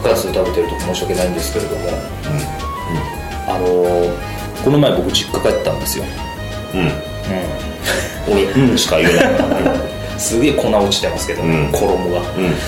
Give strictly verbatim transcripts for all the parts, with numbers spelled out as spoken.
ツ食べてると申し訳ないんですけれども、うんうん、あのー、この前僕実家帰ったんですよ。うん、うん、 俺うんしか言えないすげえ粉落ちてますけど、うん、衣が、うん、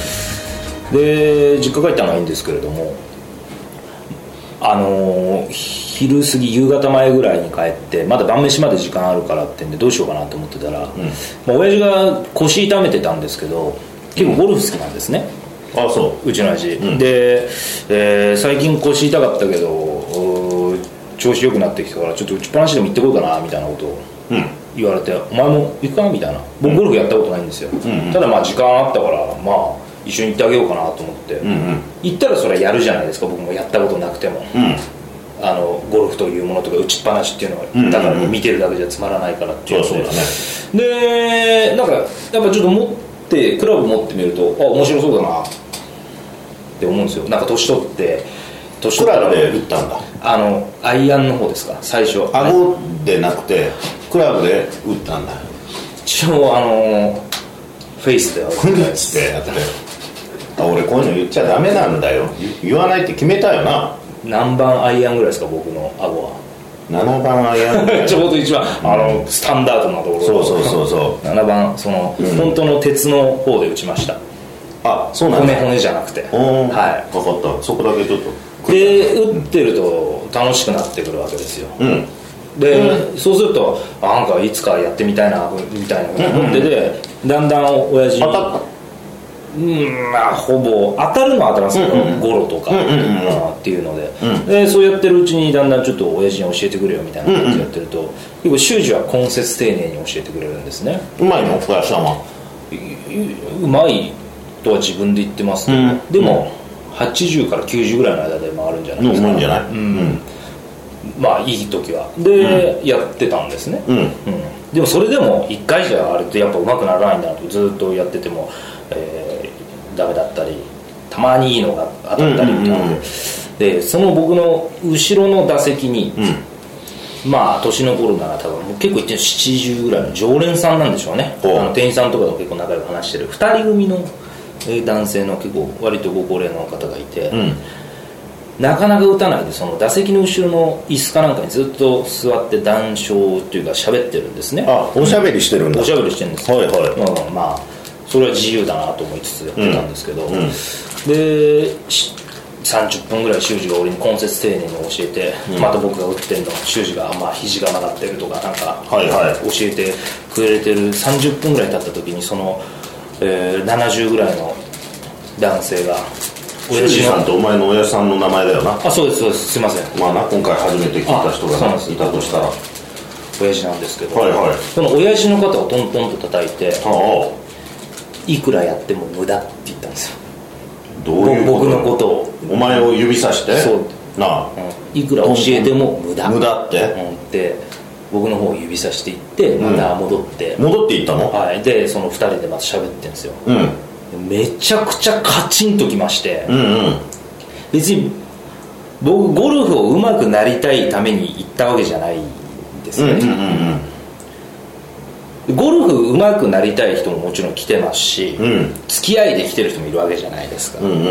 で実家帰ったのはいいんですけれども、あのー、昼過ぎ夕方前ぐらいに帰ってまだ晩飯まで時間あるからってんでどうしようかなと思ってたら、うん、まあ、親父が腰痛めてたんですけど結構ゴルフ好きなんですね、 うん、あそう、 うちの親父、うん、で、えー、最近腰痛かったけど調子良くなってきたからちょっと打ちっぱなしでも行ってこようかなみたいなことを言われて、うん、お前も行くかみたいな。僕ゴルフやったことないんですよ、うんうん、ただまあ時間あったからまあ一緒に行ってあげようかなと思って、うんうん、行ったらそれはやるじゃないですか。僕もやったことなくても、うん、あのゴルフというものとか打ちっぱなしっていうのは、うんうんうん、だから見てるだけじゃつまらないからっていうので、そうそうだね。でなんかやっぱちょっと持ってクラブ持ってみるとあ面白そうだなって思うんですよ。なんか年取って年取ったらクラブで打ったんだ。 あのアイアンの方ですか最初。 顎でなくてクラブで打ったんだ。 一応あのフェイスでフェイスでやってたよ。俺こういうの言っちゃダメなんだよ。言わないって決めたよな。 何番アイアンぐらいですか僕の顎は。 ななばんアイアンちょうど一番、うん、あのスタンダードなところ。 そうそうそうそうななばんその、うん、本当の鉄の方で打ちました。 あそうなんだ。 骨骨じゃなくて。 はい、分かった。そこだけちょっとで打ってると楽しくなってくるわけですよ、うん、で、うん、そうするとなんかいつかやってみたいなみたいなふうに思ってて、うん、だんだん親父に当たったうんまあほぼ当たるのは当たるんですけど、うんうん、ゴロとか、うんうんうん、っていうので、うん、でそうやってるうちにだんだんちょっと親父に教えてくれよみたいな感じでやってると、うんうん、結構習字は根節丁寧に教えてくれるんですね。 うまいの親父はうまいとは自分で言ってますけど、うん、でも、うん、はちじゅうからきゅうじゅうぐらいの間で回るんじゃないですか。 うん、いいんじゃない、 うんうん、まあいい時はで、うん、やってたんですね、うんうん、でもそれでもいっかいじゃあれってやっぱ上手くならないんだとずっとやってても、えー、ダメだったりたまにいいのが当たったりみたいな、うんうんうん、でその僕の後ろの打席に、うん、まあ年の頃なら多分結構いってななじゅうぐらいの常連さんなんでしょうね。あの店員さんとかと結構仲良く話してるふたり組の男性の結構割とご高齢の方がいて、うん、なかなか打たないでその打席の後ろの椅子かなんかにずっと座って談笑っていうか喋ってるんですね。 あおしゃべりしてるんだ。 おしゃべりしてるんです、 はいはい、 うん、まあそれは自由だなと思いつつやってたんですけど、うんうん、でさんじゅっぷんぐらい修二が俺に根節丁寧に教えて、うん、また僕が打ってんの修二が、まあ、肘が曲がってるとかなんか、はいはい、教えてくれてるさんじゅっぷんぐらい経った時にそのえー、ななじゅうぐらいの男性が親父さんってお前の親父さんの名前だよな。 あそうですそうです、すいません。 まあな今回初めて聞いた人がいたとしたら親父なんですけど、 はいはい、 その親父の肩をトントンと叩いて、ああいくらやっても無駄って言ったんですよ。 どういうこと？ 僕のことをお前を指さしてそうなあ、 うん、いくら教えても無駄無駄って、 うん、で僕の方を指さしていってまた戻って、 うん、戻っていったの？ はい、でそのふたりでまた喋ってるんですよ、うん、めちゃくちゃカチンときまして、うんうん、別に僕ゴルフを上手くなりたいために行ったわけじゃないんですね、うんうんうんうん、ゴルフ上手くなりたい人ももちろん来てますし、うん、付き合いで来てる人もいるわけじゃないですか、うんうんうん、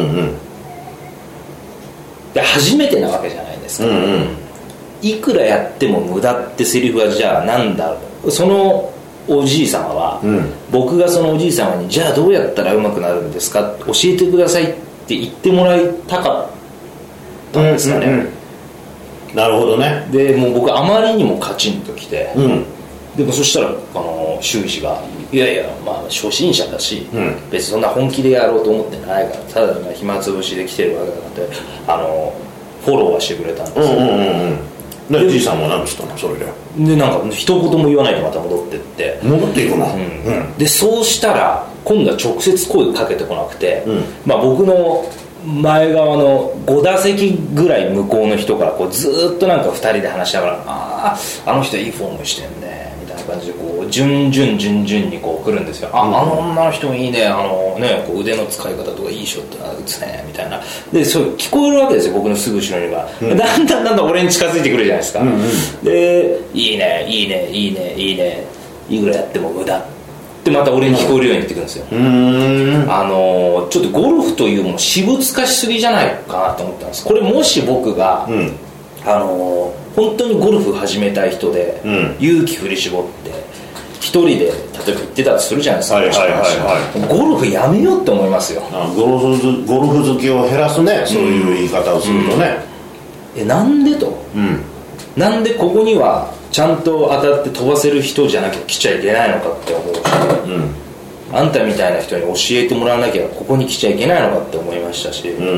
で初めてなわけじゃないですか、うんうん、いくらやっても無駄ってセリフはじゃあなんだろう。そのおじい様は、うん、僕がそのおじい様にじゃあどうやったら上手くなるんですか教えてくださいって言ってもらいたかったんですかね、うんうんうん、なるほどね。 でもう僕あまりにもカチンときて、うん、でもそしたらあの修士がいやいやまあ初心者だし、うん、別にそんな本気でやろうと思ってないからただ暇つぶしで来てるわけだってあのフォローはしてくれたんですよ、うんうんうんうん、でじいさんも何したのそれででなんか一言も言わないでまた戻ってって戻っていくな、うんうん、でそうしたら今度は直接声かけてこなくて、うんまあ、僕の前側のご打席ぐらい向こうの人からこうずっとなんかふたりで話しながらあああの人いいフォームしてんねみたいな感じでこう順々順々にこう来るんですよ、うん、あ, あの女の人もいいねあのねこう腕の使い方とかいいショット打つねみたいなでそう聞こえるわけですよ僕のすぐ後ろには、うん、だんだんだんだん俺に近づいてくるじゃないですか、うんうん、でいいねいいねいいねいいねいくらやっても無駄ってってまた俺に聞こえるように言ってくるんですよ。 うーん、 あのちょっとゴルフというもの私物化しすぎじゃないかなと思ったんです。これもし僕が、うん、あの本当にゴルフ始めたい人で、うん、勇気振り絞って一人で例えば行ってたとするじゃないですか、はいはいはいはい、ゴルフやめようって思いますよ。 あゴルフ、ゴルフ好きを減らすね、そういう言い方をするとね、 うん、えなんでと、うん、なんでここにはちゃんと当たって飛ばせる人じゃなきゃ来ちゃいけないのかって思うし、うん、あんたみたいな人に教えてもらわなきゃここに来ちゃいけないのかって思いましたし、うん、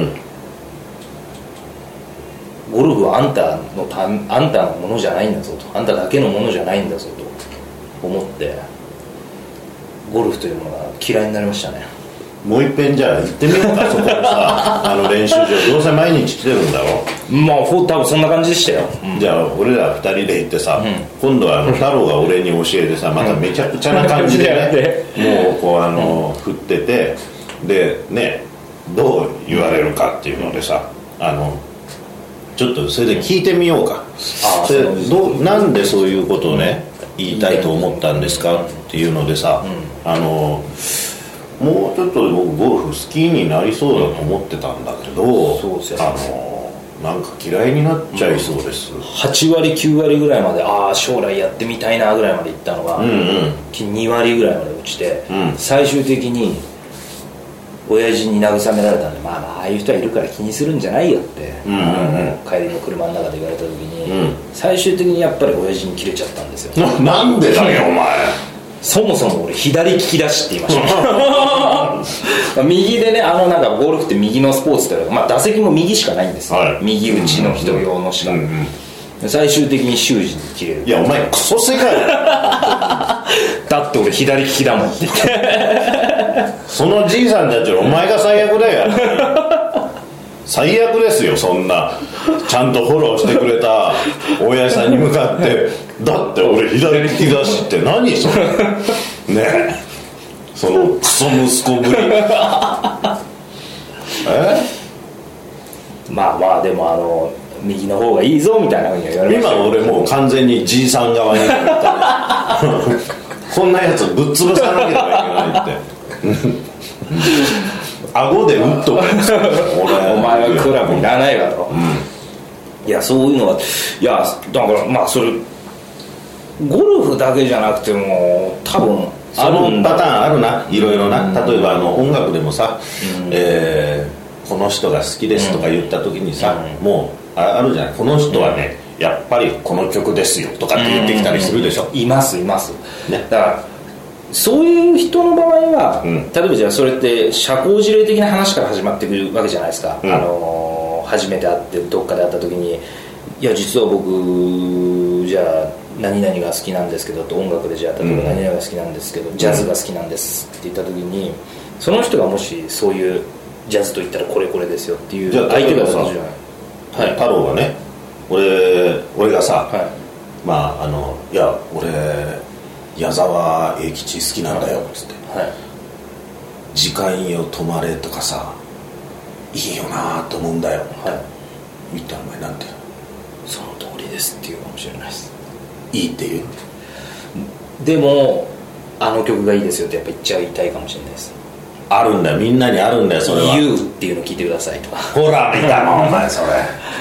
ゴルフはあんたのたあんたのものじゃないんだぞと、あんただけのものじゃないんだぞと思ってゴルフというものが嫌いになりましたね。 もう一遍じゃあ行ってみようかそこにさあの練習場どうせ毎日来てるんだろう。まあ多分そんな感じでしたよ、 うん、じゃあ俺らふたりで行ってさ、うん、今度はあの太郎が俺に教えてさまためちゃくちゃな感じでね、うん、もうこうあの、うん、振っててでねどう言われるかっていうのでさ、あのちょっとそれで聞いてみようか、うん、あそれどうなんでそういうことをね言いたいと思ったんですかっていうのでさ、うん、あのもうちょっと僕ゴルフ好きになりそうだと思ってたんだけど、うん、そうですよね、あのなんか嫌いになっちゃいそうです、うん、 はちわりきゅうわりぐらいまでああ将来やってみたいなぐらいまでいったのが、うんうん、にわりぐらいまで落ちて、うん、最終的に親父に慰められたんで、まあまあああいう人はいるから気にするんじゃないよって、うんうんうん、帰りの車の中で言われた時に、うん、最終的にやっぱり親父にキレちゃったんですよ。 な, なんでだよお前そもそも俺左利きだしって言いました右でね、あのなんかゴルフって右のスポーツって、まあ、打席も右しかないんですよ、はい、右打ちの人用のしか、うんうんうん、最終的に習字に切れる。 いやお前クソ世界だだって俺左利きだもんって言ってそのじいさんたちお前が最悪だよ最悪ですよ、そんなちゃんとフォローしてくれた親父さんに向かってだって俺左利きだしって何それねえそのクソ息子ぶりえまあまあでもあの右の方がいいぞみたいなふうに言われました。 今俺もう完全にじいさん側になったねこんなやつぶっ潰さなければいけないって顎で打っとくお前はクラブいらないわと、うん、いやそういうのはいやだからまあそれゴルフだけじゃなくても多分あのパターンあるな、いろいろな、うん、例えばあの音楽でもさ、うんえー、この人が好きですとか言った時にさ、うん、もうあるじゃない、この人はね、うん、やっぱりこの曲ですよとかって言ってきたりするでしょ、 うん、いますいます、ね、だからそういう人の場合は、うん、例えばじゃあそれって社交辞令的な話から始まってくるわけじゃないですか、うん、あの初めて会ってどっかで会った時にいや実は僕じゃあ何々が好きなんですけどと音楽でじゃあ例えば何々が好きなんですけど、うん、ジャズが好きなんですって言った時にその人がもしそういうジャズと言ったらこれこれですよっていう相手がそうじゃない、 はい、太郎がね俺俺がさ、はい、まああのいや俺矢沢永吉好きなんだよっつって、はい、時間よ止まれとかさいいよなと思うんだよ、はい、言ったらお前なんてその通りですっていうかもしれないです。 いいっていうでもあの曲がいいですよってやっぱ言っちゃいたいかもしれないです。 あるんだよ、みんなにあるんだよそれは。 言うっていうの聞いてくださいとかほら見たのお前それ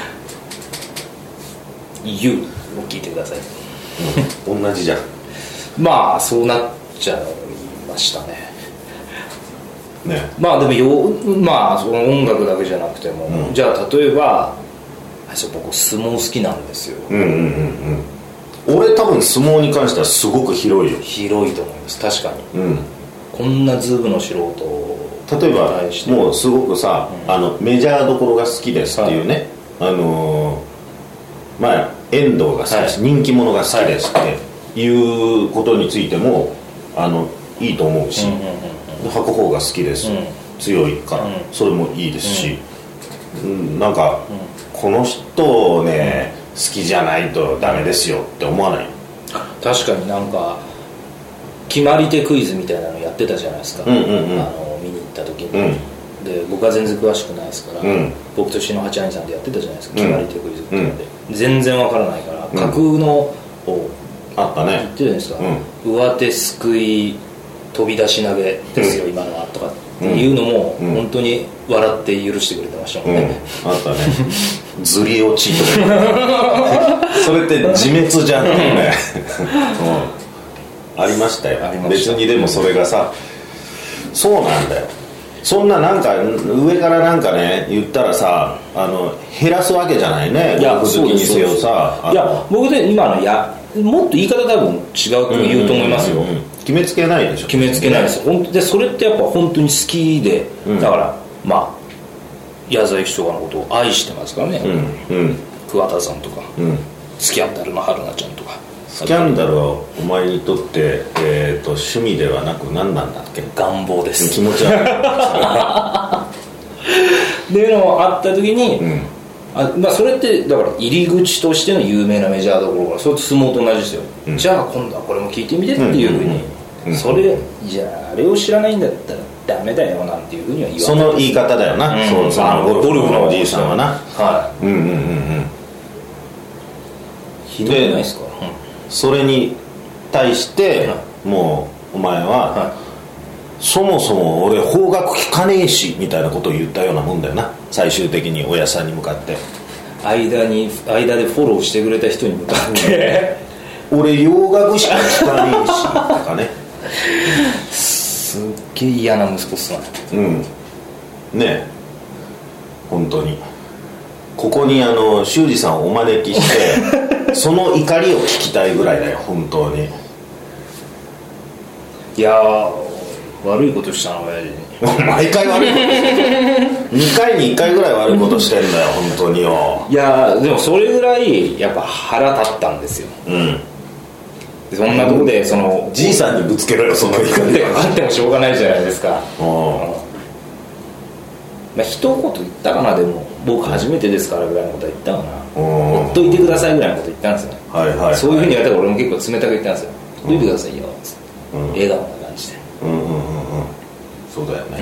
言うを聞いてください、 うん、同じじゃんまあそうなっちゃいましたね。 ねまあでもよまあその音楽だけじゃなくても、うん、じゃあ例えば僕相撲好きなんですよ。 うんうんうんうん。俺多分相撲に関してはすごく広いよ。 広いと思います確かに。うん。こんなズームの素人例えばもうすごくさ、うん、あのメジャーどころが好きですっていうね、はい、あのー、まあ遠藤が好きです、はい、人気者が好きですっていうことについてもあのいいと思うし、うんうんうんうん、白鵬が好きです、うん、強いから、うん、それもいいですし、うん、なんか、うん、この人をね、うん、好きじゃないとダメですよって思わない？ 確かになんか決まり手クイズみたいなのやってたじゃないですか、うんうんうん、あの見に行った時に、うん、で僕は全然詳しくないですから、うん、僕と篠八兄さんでやってたじゃないですか、決まり手クイズっていうので、うん、全然わからないから、うん、架空のをあったね言ってるんですか、うん、上手すくい飛び出し投げですよ、うん、今のはとかっていうのも、うん、本当に笑って許してくれてましたもんね、 うん、あったねずり落ちとかそれって自滅じゃんね、うん、ありましたよ。別にでもそれがさ、そうなんだよ。そんななんか上からなんかね言ったらさ、あの減らすわけじゃないね。 いや好きにせよさ、 いや僕で今のやもっと言い方多分違うと言うと思いますよ、うんうんうん、 決めつけないでしょ。 決めつけないです本当で、それってやっぱ本当に好きで、うん、だからまあ矢沢永吉とかのことを愛してますからね、うんうん、桑田さんとか、うん、スキャンダルの春菜ちゃんとか。 スキャンダルはお前にとって、えー、と趣味ではなく何なんだっけ。 願望です。 気持ち悪いっていうのもあった時に、うんあまあ、それってだから入り口としての有名なメジャーどころからそれと相撲と同じですよ、うん、じゃあ今度はこれも聞いてみてっていうふうに、うんうん、それじゃああれを知らないんだったらダメだよなんていうふうには言わない。 その言い方だよな、うん、そうそのゴルフのおじいさんはな、 はいうんうんうんうんひどくないですか、うん、 それに対して、はい、もうお前は、はい、そもそも俺法学聞かねえしみたいなことを言ったようなもんだよな。最終的に親さんに向かって間に間でフォローしてくれた人に向かって俺洋楽しか聞かねえしとかねすっげえ嫌な息子っすな。 うんねえ本当にここにあの修二さんをお招きしてその怒りを聞きたいぐらいだよ本当に。 いやー悪いことしたな親父に。 毎回悪いことにかいにいっかいぐらい悪いことしてんだよ本当によ。 いやでもそれぐらいやっぱ腹立ったんですよ、うん、でそんなとこでそのじいさんにぶつけろよその言い方であってもしょうがないじゃないですか。うん、まあ一言言ったかな。でも僕初めてですからぐらいのことは言ったかな。ほっといてくださいぐらいのこと言ったんですよ、はいはいはい、そういうふうに言われたら俺も結構冷たく言ったんですよ、ほっといてくださいよつって、うん、笑顔な感じで、うんうんうんうんそうだよね、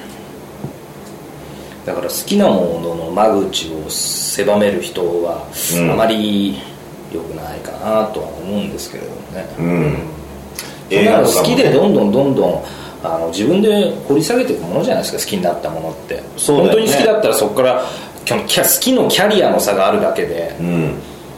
うん、だから好きなものの間口を狭める人はあまり良くないかなとは思うんですけれどもね、うん、そんなの好きでどんどんどんどんあの自分で掘り下げていくものじゃないですか。好きになったものって、そうだよね、本当に好きだったらそこから好きのキャリアの差があるだけで、うん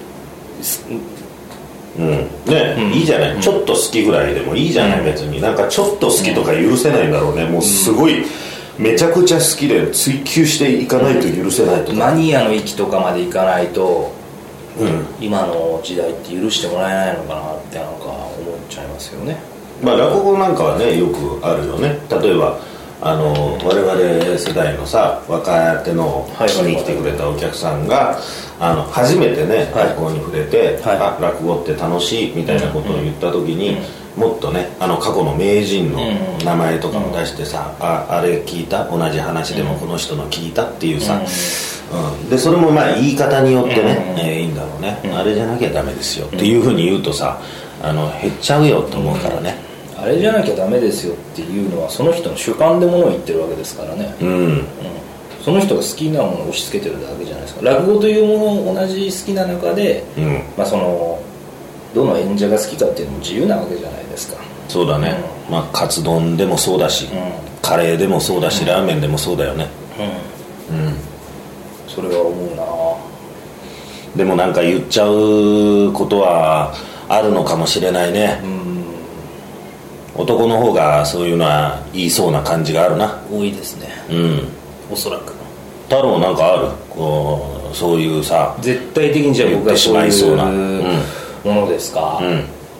うんねうん、いいじゃない、うん、ちょっと好きぐらいでもいいじゃない、うん、別になんかちょっと好きとか許せないんだろうね、うん、もうすごいめちゃくちゃ好きで追求していかないと許せないとか、 マニアの域とかまでいかないと、うん、今の時代って許してもらえないのかなってなんか思っちゃいますよね。 まあ落語なんかはねよくあるよね。例えばあの我々世代のさ若手の聞きに来てくれたお客さんがあの初めてね、はい、落語に触れて、はい、あ落語って楽しいみたいなことを言った時に、うん、もっとねあの過去の名人の名前とかも出してさ、うん、あ, あれ聞いた同じ話でもこの人の聞いたっていうさ、うんうん、でそれもまあ言い方によってね、うんえー、いいんだろうね、うん、あれじゃなきゃダメですよっていうふうに言うとさあの減っちゃうよと思うからね、 うん、あれじゃなきゃダメですよっていうのはその人の主観でものを言ってるわけですからね、うんうん、その人が好きなものを押し付けてるだけじゃないですか。落語というものを同じ好きな中で、うんまあ、そのどの演者が好きかっていうのも自由なわけじゃないですか。 そうだね、うんまあ、カツ丼でもそうだし、うん、カレーでもそうだし、うん、ラーメンでもそうだよね、うんうん、 それは思うな。 でもなんか言っちゃうことはあるのかもしれないね、うん、男の方がそういうのは言いそうな感じがあるな。 多いですね、うん、おそらく。 太郎なんかあるこうそういうさ絶対的にじゃあ僕がそういうものですか。うん、うん、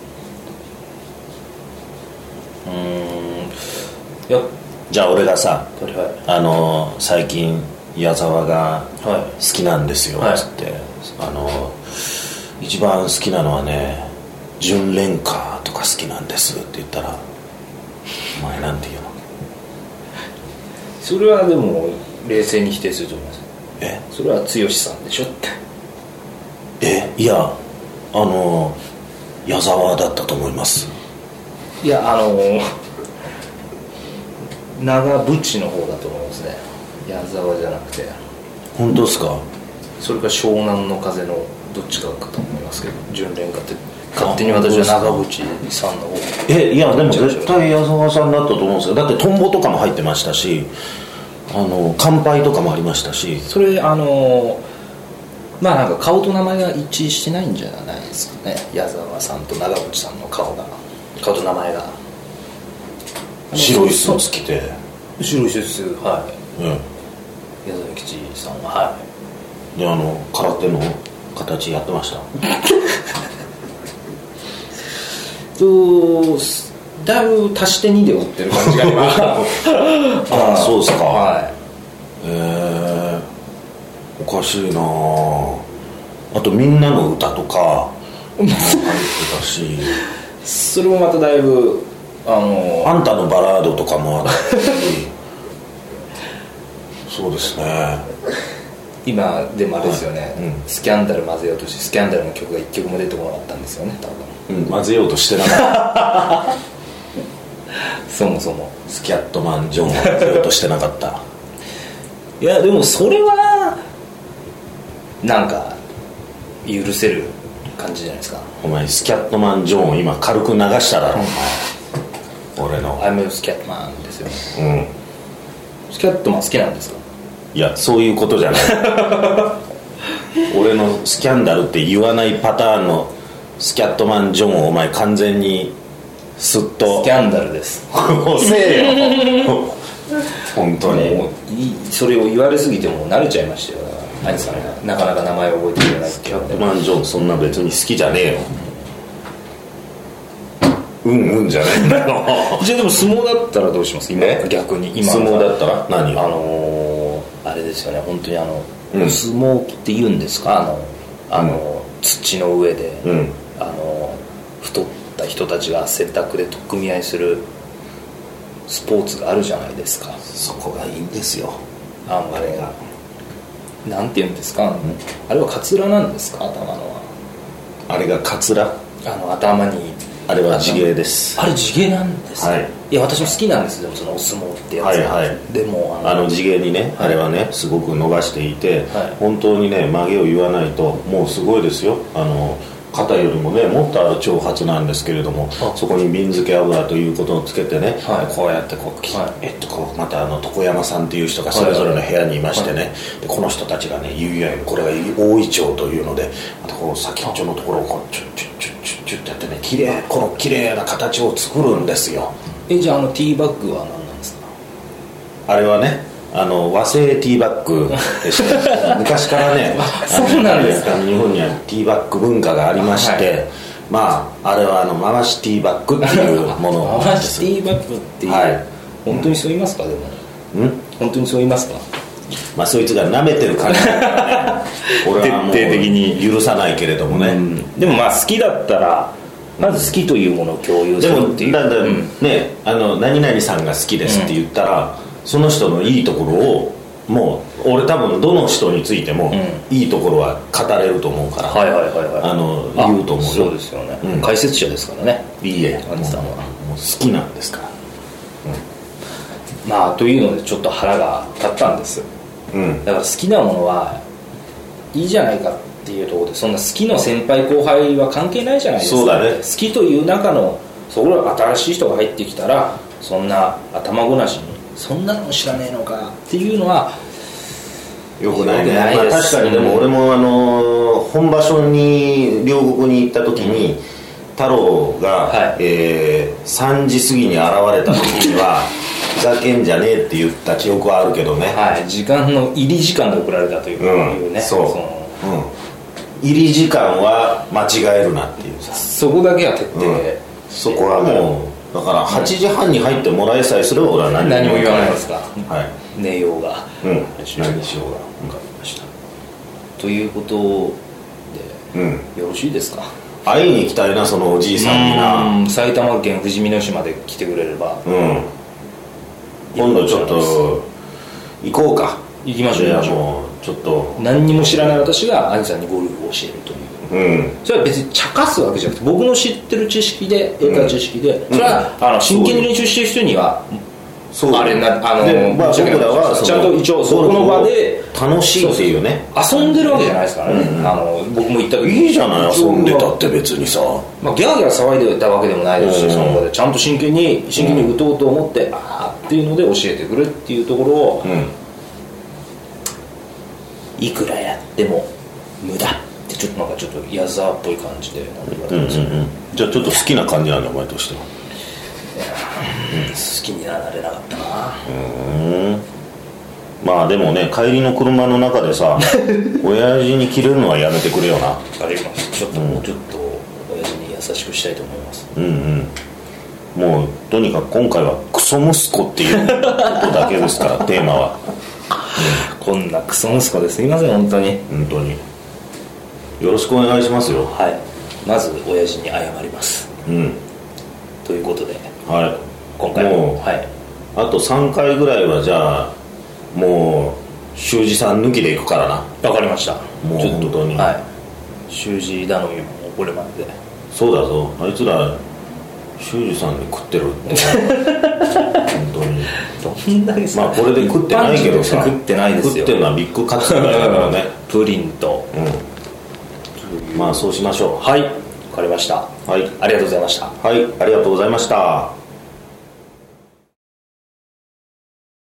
いやじゃあ俺がさ、はいはい、あの最近矢沢が好きなんですよつって、はい、あの一番好きなのはね純恋歌とか好きなんですって言ったらお前なんて言うの。 それはでも冷静に否定すると思います。えそれは剛さんでしょって。 えいやあの矢沢だったと思います。 いやあの長渕の方だと思いますね。矢沢じゃなくて。 本当ですか。 それか湘南の風のどっちかかと思いますけど純恋歌って勝手に私は長渕さんの方えいやでも絶対矢沢さんだったと思うんですよ。だってトンボとかも入ってましたし、あの乾杯とかもありましたし。 それあのまあなんか顔と名前が一致してないんじゃないですかね。矢沢さんと長渕さんの顔が顔と名前が白いスーツ着て白いスーツはい、うん、矢沢永吉さんははいであの空手の形やってましたとだいぶ足してにで折ってる感じがありましたああそうですか。 はいえー、おかしいな。あとみんなの歌とか入ってたしそれもまただいぶあのあんたのバラードとかもあったしそうですね。 今でもあれですよね、 はいうん、 スキャンダル混ぜようとしてスキャンダルの曲がいっきょくも出てこなかったんですよね多分、うん、混ぜようとしてなかったそもそもスキャットマンジョンを混ぜようとしてなかったいやでもそれはなんか許せる感じじゃないですか。 お前スキャットマンジョンを今軽く流しただろお前俺の I'm a スキャットマンですよね、うん、スキャットマン好きなんですか。 いやそういうことじゃない俺のスキャンダルって言わないパターンのスキャットマンジョンをお前完全にすっとスキャンダルです遅えよ本当にもうそれを言われすぎても慣れちゃいましたよ。兄さんがなかなか名前を覚えてくれないスキャットマンジョンそんな別に好きじゃねえようんうんじゃないんだよじゃあでも相撲だったらどうします。今逆に今相撲だったら何あのーあれですよね本当にあの、うん、相撲って言うんですかあのあの、うん、土の上で、うん、あの太った人たちが汗だくで取っ組み合いするスポーツがあるじゃないですか。 そこがいいんですよ。 あのあれがなんて言うんですか、うん、あれはカツラなんですか頭のはあれがカツラあの頭にあれは地芸です。 あれ地芸なんですか、はい、いや私も好きなんですよそのお相撲ってやつ、はいはい、でもあのあの地芸にね、はい、あれはねすごく伸ばしていて、はい、本当にね曲げを言わないともうすごいですよ。あの肩よりもねもっとある長髪なんですけれども、そこに瓶漬け油ということをつけてね、はい、こうやってこう、はい、えっとこうまたあの床山さんっていう人がそれぞれの部屋にいましてね、はいはい、でこの人たちがね言うやいこれが大イチョウというのでまたこう先っちょのところをこうチュッチュッチュッチュッチュッってやってねきれいこのきれいな形を作るんですよ。 えじゃああのティーバッグは何なんですか。 あれはねあの和製ティーバッグでして昔からねそうなんですか。 日本にはティーバッグ文化がありまして、はい、まああれはあの回しティーバッグっていうものなんです回しティーバッグっていう、はい、本当にそう言いますか。でもん本当にそう言いますか。 まあそいつが舐めてる感じだからね俺はもう徹底的に許さないけれどもね、うん、 でもまあ好きだったらまず好きというものを共有するっていう。 でもだんだんね、うん、あの何々さんが好きですって言ったら、うんその人のいいところをもう俺多分どの人についてもいいところは語れると思うから、 はいはいはいはい、 あの言うと思うよ。 そうですよね、うん、解説者ですからね。 いいえ兄さんはもう好きなんですから、 うん、まあというのでちょっと腹が立ったんです、うん、だから好きなものはいいじゃないかっていうところでそんな好きの先輩後輩は関係ないじゃないですか。 そうだね。 好きという中のそこら新しい人が入ってきたらそんな頭ごなしにそんなの知らねえのかっていうのはよくないね。まあ、確かにでも俺もあの本場所に両国に行った時に、うん、太郎が、はいえー、さんじ過ぎに現れた時にはふざけんじゃねえって言った記憶はあるけどね、 はい、時間の入り時間で送られたという、うん、ねそうその、うん、入り時間は間違えるなっていうさそこだけは徹底、うん、 そこはもうだからはちじはんに入ってもらえさえすれば俺は何も言わないですか、 はい、 寝ようが、 うん、何しようが分かりましたということで、うん、よろしいですか。 会いに行きたいなそのおじいさんにな。 うん埼玉県富士見野市まで来てくれれば、うん、 今度ちょっと行こうか。 行きましょう。 いやもうちょっと何にも知らない私が兄さんにゴルフを教えるという、うん、それは別に茶化すわけじゃなくて僕の知ってる知識で得た知識で、うん、それは、うん、あの真剣に練習してる人にはそうあれなあので、まあ、僕らはちゃんと一応そこの場で楽しいっていうね、 遊んでるわけじゃないですからね、うん、あの僕も行った時いいじゃない遊んでたって別にさ、 まあ、ギャーギャー騒いでたわけでもないですし、 うん、 その場でちゃんと真剣に真剣に打とうと思って、うん、ああっていうので教えてくれっていうところを、うん、いくらやっても無駄ってちょっとなんかちょっと矢沢っぽい感じで言われてますよ、うんうんうん、 じゃあちょっと好きな感じなんだお前としては。 うん、好きにはなれなかったな。 うんまあでもね帰りの車の中でさ親父にキレるのはやめてくれよな。 ありますちょっと、うん、もうちょっと親父に優しくしたいと思います。 うんうんもうとにかく今回はクソ息子っていうことだけですからテーマは、 うん、こんなクソ息子ですいません本当に本当によろしくお願いしますよ。 はいまず親父に謝ります。 うんということではい今回ももう、はい、あとさんかいぐらいはじゃあもう修二さん抜きでいくからな。 分かりました。 もう本当にはい修二頼みもこれまでで。 そうだぞあいつら修二さんに食ってるって本当にどんだけまあこれで食ってないけどさ食ってないですよ。 食ってるのはビッグカツだからねプリンと、 うん、まあそうしましょう。 はい分かりました。 はいありがとうございました。 はいありがとうございました。